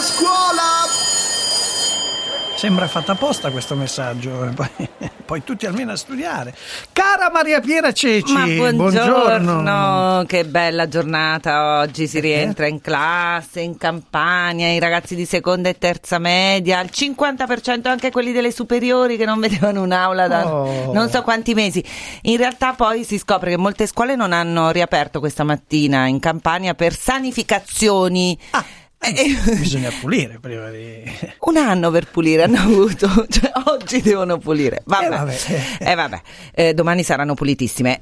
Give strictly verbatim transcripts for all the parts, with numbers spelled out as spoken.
scuola! Sembra fatta apposta questo messaggio, poi, poi tutti almeno a studiare. Cara Maria Piera Ceci, ma buongiorno, buongiorno. Che bella giornata oggi, si rientra in classe, in Campania, i ragazzi di seconda e terza media, al cinquanta per cento anche quelli delle superiori che non vedevano un'aula da Oh. non so quanti mesi. In realtà poi si scopre che molte scuole non hanno riaperto questa mattina in Campania per sanificazioni. Ah. Eh, bisogna pulire prima di... Un anno per pulire hanno avuto, cioè oggi devono pulire. Vabbè, Eh, vabbè. Eh, vabbè. Eh, domani saranno pulitissime.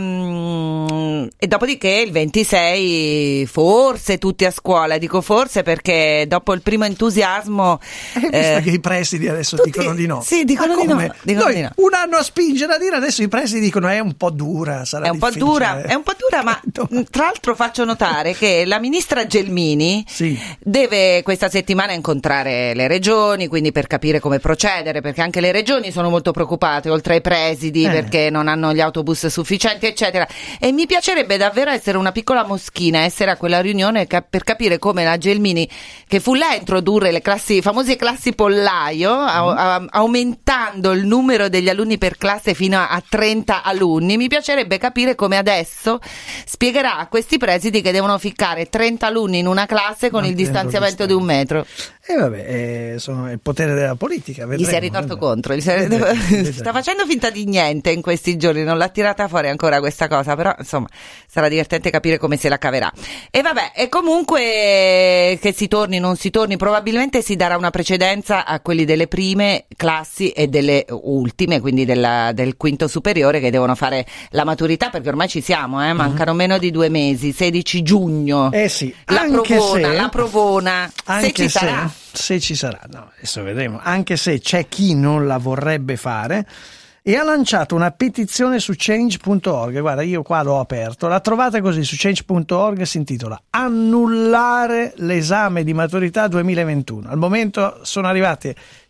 Ehm, e dopodiché il ventisei forse tutti a scuola, dico forse perché dopo il primo entusiasmo... Hai visto eh, che i presidi adesso tutti- dicono di no? Sì, dicono Ma di no, come? dicono Noi di no. un anno a spingere a dire, adesso i presidi dicono è un po' dura, sarà È un po' difficile. dura, è un po' dura, ma mh, tra l'altro faccio notare che la ministra Gelmini Sì. deve questa settimana incontrare le regioni, quindi per capire come procedere, perché anche le regioni sono molto preoccupate, oltre ai presidi, Eh. perché non hanno gli autobus sufficienti, eccetera. E mi piacerebbe davvero essere una piccola moschina, essere a quella riunione cap- per capire come la Gelmini, che fu lei a introdurre le classi, famose classi pollaio, a- a- aumentando il numero degli alunni per classe fino a, a trenta alunni, mi piacerebbe capire come adesso spiegherà a questi presidi che devono ficcare trenta alunni in una classe con Non il credo distanziamento che di un metro. E vabbè, eh, sono il potere della politica. Gli vedremo, si è ritorto vedremo. contro, gli si è- Vedremo, vedremo. sta facendo finta di niente in questi giorni, non l'ha tirata fuori ancora questa cosa, però insomma sarà divertente capire come se la caverà. E vabbè, e comunque che si torni, non si torni, probabilmente si darà una precedenza a quelli delle prime classi e delle ultime, quindi della- del quinto superiore, che devono fare la maturità, perché ormai ci siamo, eh? Mancano meno di due mesi, sedici giugno. Eh sì, la anche provona, se- la provona, se Anche ci se, sarà. se ci sarà, no, adesso vedremo. Anche se c'è chi non la vorrebbe fare e ha lanciato una petizione su change punto org. Guarda, io qua l'ho aperto, la trovate così su change punto org, si intitola Annullare l'esame di maturità duemilaventuno. Al momento sono arrivate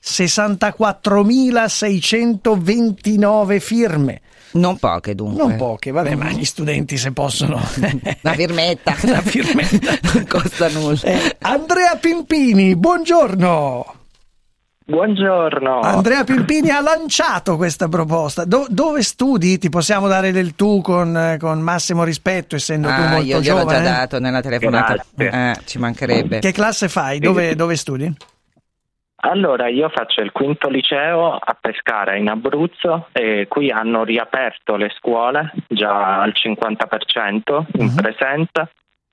sessantaquattromilaseicentoventinove firme. Non poche dunque. Non poche, vabbè, ma gli studenti se possono... La firmetta. La firmetta. Non costa nulla. Eh, Andrea Pimpini, buongiorno. Buongiorno. Andrea Pimpini ha lanciato questa proposta. Do- dove studi? Ti possiamo dare del tu con, con massimo rispetto, essendo tu Ah, molto io gliel'ho giovane. già dato nella telefonata. Grazie. Eh, ci mancherebbe. Che classe fai? Dove, dove studi? Allora, io faccio il quinto liceo a Pescara in Abruzzo e qui hanno riaperto le scuole già al cinquanta per cento in Mhm. presenza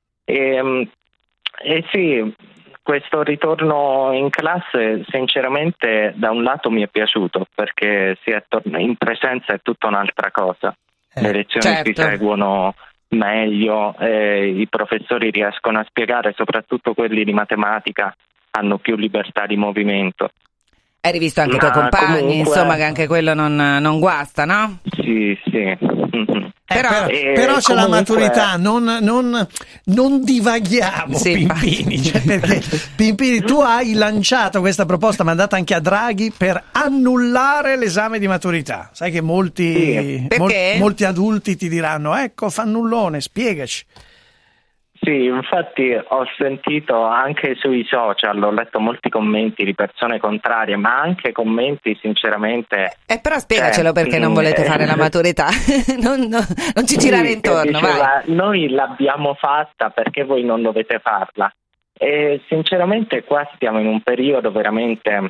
e, e sì, questo ritorno in classe sinceramente da un lato mi è piaciuto perché si è tor- in presenza è tutta un'altra cosa. Eh, Le lezioni certo. si seguono meglio, eh, i professori riescono a spiegare, soprattutto quelli di matematica hanno più libertà di movimento. Hai rivisto anche i Ma tuoi compagni, comunque- insomma, che anche quello non, non guasta, no? Sì, sì. Mhm. Eh, Però- però, eh, però c'è la comunque- maturità, non, non, non divaghiamo, Sì, Pimpini, infatti. cioè, perché Pimpini, tu hai lanciato questa proposta mandata anche a Draghi per annullare l'esame di maturità. Sai che molti, Sì. Perché? molti adulti ti diranno, ecco, fannullone, spiegaci. Sì, infatti ho sentito anche sui social, ho letto molti commenti di persone contrarie, ma anche commenti sinceramente... Eh, però spiegacelo Cioè, perché non mm, volete eh, fare la maturità. non, non- non ci girare Sì, intorno, che diceva, vai. noi l'abbiamo fatta perché voi non dovete farla. E sinceramente qua stiamo in un periodo veramente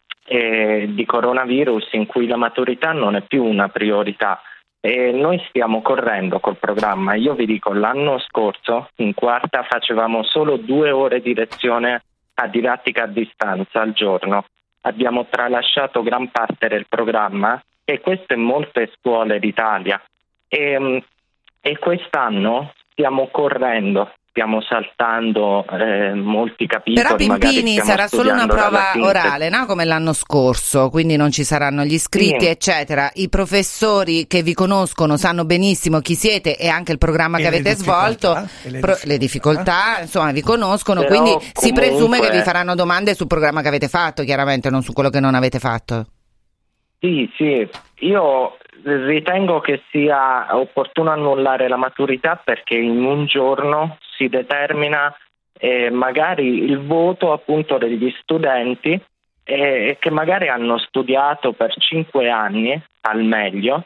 eh, di coronavirus in cui la maturità non è più una priorità. E noi stiamo correndo col programma. Io vi dico, l'anno scorso in quarta facevamo solo due ore di lezione a didattica a distanza al giorno. Abbiamo tralasciato gran parte del programma e questo in molte scuole d'Italia. E, e quest'anno stiamo correndo, stiamo saltando eh, molti capitoli. Però magari Pimpini stiamo sarà solo una studiando dalla prova sintesi. orale, no? Come l'anno scorso, quindi non ci saranno gli iscritti, Sì. eccetera. I professori che vi conoscono sanno benissimo chi siete e anche il programma E che le avete difficoltà, svolto, e le pro- difficoltà. le difficoltà, insomma, vi conoscono, Però quindi si comunque- presume che vi faranno domande sul programma che avete fatto, chiaramente, non su quello che non avete fatto. Sì, sì, io ritengo che sia opportuno annullare la maturità perché in un giorno si determina eh, magari il voto appunto degli studenti eh, che magari hanno studiato per cinque anni al meglio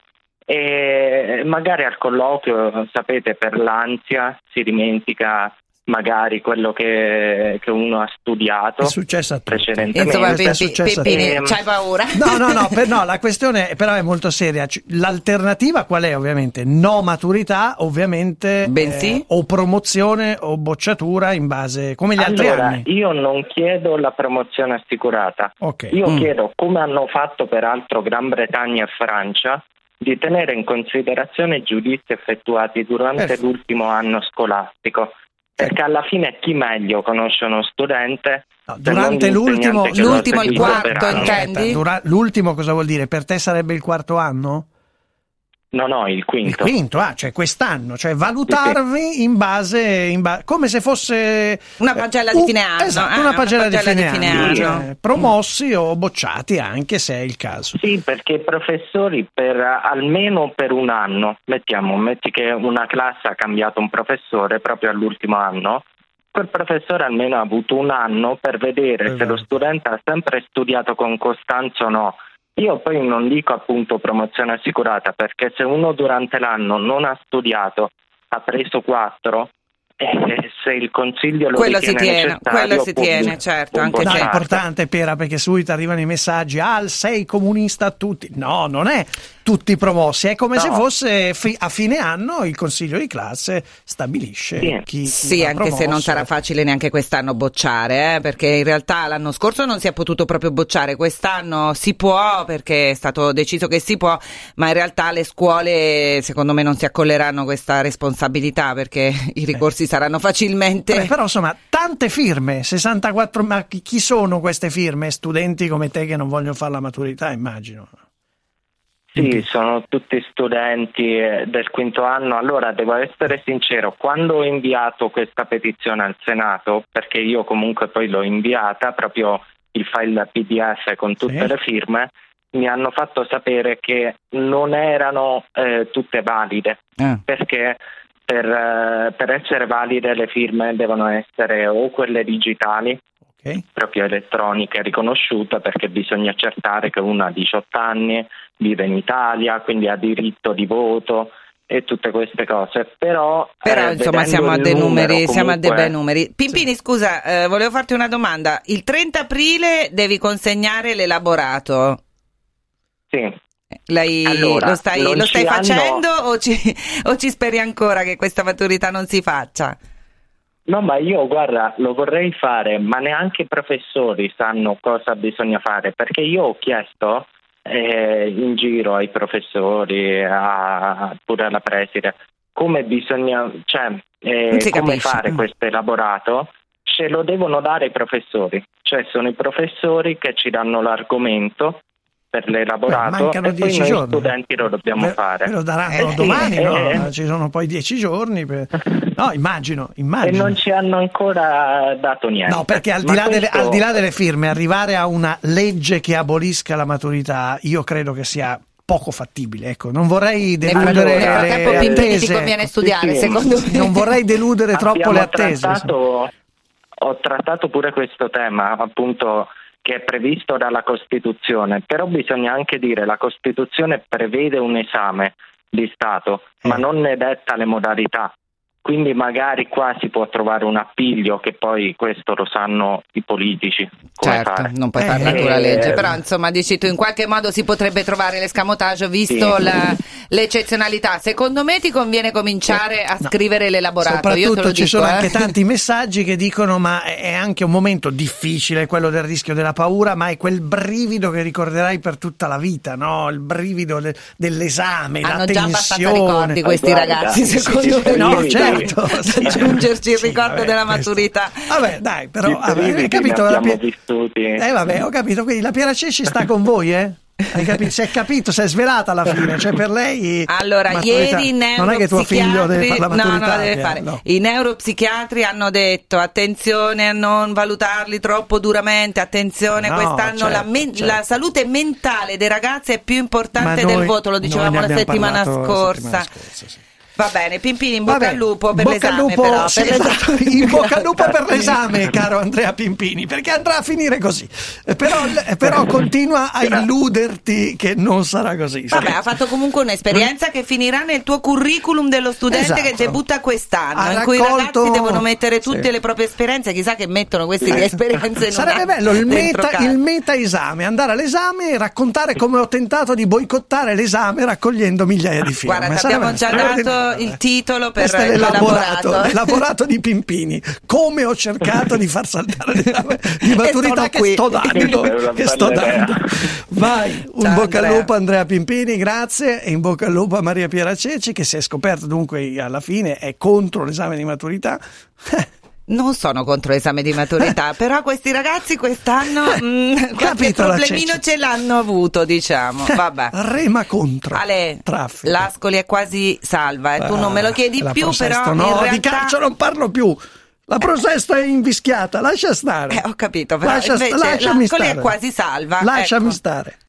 e magari al colloquio, sapete, per l'ansia si dimentica magari quello che, che uno ha studiato. È successo a tutti. Precedentemente. Insomma, Questo è Pippi, successo a Pippi, tutti. c'hai paura? No, no, no, per, no, la questione però è molto seria. C- L'alternativa qual è? Ovviamente no maturità, ovviamente Bensì? eh, o promozione o bocciatura in base, come gli altri Allora, anni. io non chiedo la promozione assicurata. Ok. Io Mm. chiedo, come hanno fatto peraltro Gran Bretagna e Francia, di tenere in considerazione i giudizi effettuati durante Perfetto. l'ultimo anno scolastico. Perché alla fine chi meglio conosce uno studente? No, se durante non l'ultimo- l'insegnante che lo ha l'ultimo, il seguito quarto, per anni? intendi? Aspetta, dura- l'ultimo cosa vuol dire? Per te sarebbe il quarto anno? No, no, il Il quinto. quinto, ah, cioè quest'anno, cioè valutarvi in base, in ba- come se fosse Una pagella eh, di un- fine anno, esatto, eh, una una pagella, pagella di fine, di fine anno, anno. cioè, promossi o bocciati anche se è il caso. Sì, perché i professori per almeno per un anno, mettiamo, metti che una classe ha cambiato un professore proprio all'ultimo anno, quel professore almeno ha avuto un anno per vedere se Esatto. lo studente ha sempre studiato con costanza o no. Io poi non dico appunto promozione assicurata, perché se uno durante l'anno non ha studiato, ha preso quattro, e se il consiglio lo Quello si ritiene tiene, necessario, quello si può- tiene, certo, può anche No, è se- bocciare. importante, Pera, perché subito arrivano i messaggi, ah, sei comunista a tutti. No, non è tutti promossi, è come No. se fosse fi- a fine anno il consiglio di classe stabilisce Sì. chi, chi Sì, va anche se non promosso. sarà facile neanche quest'anno bocciare, eh, perché in realtà l'anno scorso non si è potuto proprio bocciare, quest'anno si può perché è stato deciso che si può, ma in realtà le scuole secondo me non si accolleranno questa responsabilità perché i ricorsi saranno facilmente... Vabbè, però insomma, tante firme, sessantaquattro, ma chi chi sono queste firme? Studenti come te che non vogliono fare la maturità, immagino. Sì, sono tutti studenti eh, del quinto anno. Allora, devo essere sincero, quando ho inviato questa petizione al Senato, perché io comunque poi l'ho inviata, proprio il file P D F con tutte Sì. le firme, mi hanno fatto sapere che non erano eh, tutte valide, Eh. perché per, eh, per essere valide le firme devono essere o quelle digitali, Ok? proprio elettronica riconosciuta, perché bisogna accertare che uno ha diciotto anni, vive in Italia, quindi ha diritto di voto e tutte queste cose. Però, Però eh, insomma vedendo siamo a il dei numero, numeri, siamo a dei comunque- bei numeri. Pimpini, scusa, eh, volevo farti una domanda. Il trenta aprile devi consegnare l'elaborato. Sì. Lei Allora, lo stai, non lo stai ci hanno- facendo o ci, o ci speri ancora che questa maturità non si faccia? No, ma io guarda, lo vorrei fare, ma neanche i professori sanno cosa bisogna fare, perché io ho chiesto eh, in giro ai professori, a, pure alla preside, come bisogna, cioè eh, Non si come capisce. fare Mm. questo elaborato, ce lo devono dare i professori, cioè sono i professori che ci danno l'argomento per Beh, l'elaborato mancano e poi dieci noi giorni. studenti lo dobbiamo Ve- fare. ve lo daranno Eh sì, domani, no? eh, Ci sono poi dieci giorni. per- No, immagino, e immagino. non ci hanno ancora dato niente. No, perché al di, Ma là delle, questo- al di là delle firme, arrivare a una legge che abolisca la maturità, io credo che sia poco fattibile. Ecco, non vorrei deludere Nel le frattempo Pimpini ti attese. conviene studiare, Sì, sì. secondo me. Non vorrei deludere troppo Abbiamo le attese. trattato- ho trattato pure questo tema, appunto, che è previsto dalla Costituzione, però bisogna anche dire la Costituzione prevede un esame di Stato, Eh. ma non ne detta le modalità. Quindi magari qua si può trovare un appiglio, che poi questo lo sanno i politici come Certo, fare. non puoi Eh, farla tu la eh, legge, però insomma dici tu in qualche modo si potrebbe trovare l'escamotage visto Sì. la- l'eccezionalità. Secondo me ti conviene cominciare a scrivere l'elaborato. Io te lo Soprattutto ci dico, sono eh. anche tanti messaggi che dicono ma è anche un momento difficile quello del rischio della paura, ma è quel brivido che ricorderai per tutta la vita, no? Il brivido de- dell'esame, Hanno la già abbastanza tensione. ricordi questi Guarda, ragazzi, sì, secondo sì, me. sì, No, sì, certo, sì. sì. Aggiungerci il Sì, ricordo vabbè, della questo. maturità. Vabbè, dai, però I vabbè, brividi hai capito? ne La abbiamo Pie- vissuti. Eh vabbè, ho capito, quindi la Piera Cecci sta con voi, eh? Hai capito? Si è capito, si è svelata alla fine, cioè per lei Allora, maturità- ieri i non è che tuo figlio deve fare la no, no, maturità, deve Piera, fare. no. I neuropsichiatri hanno detto attenzione a non valutarli troppo duramente, attenzione, No, quest'anno certo, la, men- certo. la salute mentale dei ragazzi è più importante Ma del noi- voto, lo noi dicevamo ne la abbiamo settimana parlato la scorsa. settimana scorsa, sì. Va bene, Pimpini, in bocca Vabbè, al lupo per bocca al l'esame lupo, però, sì, per esatto, l'esame. in bocca al lupo per l'esame, caro Andrea Pimpini, perché andrà a finire così. Eh, Però, eh, però continua a illuderti che non sarà così. Vabbè, ha fatto comunque un'esperienza che finirà nel tuo curriculum dello studente Esatto. che debutta quest'anno, Ha in cui i raccolto- ragazzi devono mettere tutte sì. le proprie esperienze, chissà che mettono queste esperienze in Sarebbe una- bello il dentro meta, casa. il meta esame, andare all'esame e raccontare come ho tentato di boicottare l'esame raccogliendo migliaia di firme. Guarda, ti Sarebbe- abbiamo già sarebbe- dato il titolo per Questo è l'elaborato. l'elaborato, l'elaborato di Pimpini. Come ho cercato di far saltare l'esame di maturità sono che qui. sto dando. È una che sto bella idea. dando. Vai, un Ciao, bocca al Andrea. lupo Andrea Pimpini, grazie, e in bocca al lupo a Maria Piera Ceci, che si è scoperto dunque alla fine è contro l'esame di maturità. Non sono contro l'esame di maturità, però questi ragazzi quest'anno mm, qualche Capito la problemino Ceci. ce l'hanno avuto, diciamo. Vabbè. Rema contro. Ale, traffico. l'Ascoli è quasi salva, e tu non me lo chiedi La più, Prosesto, però no, in realtà... di calcio non parlo più. La Prosesto è invischiata, lascia stare. Eh, ho capito, però Lascia sta- invece lasciami l'Ascoli stare. è quasi salva. Lasciami ecco. stare.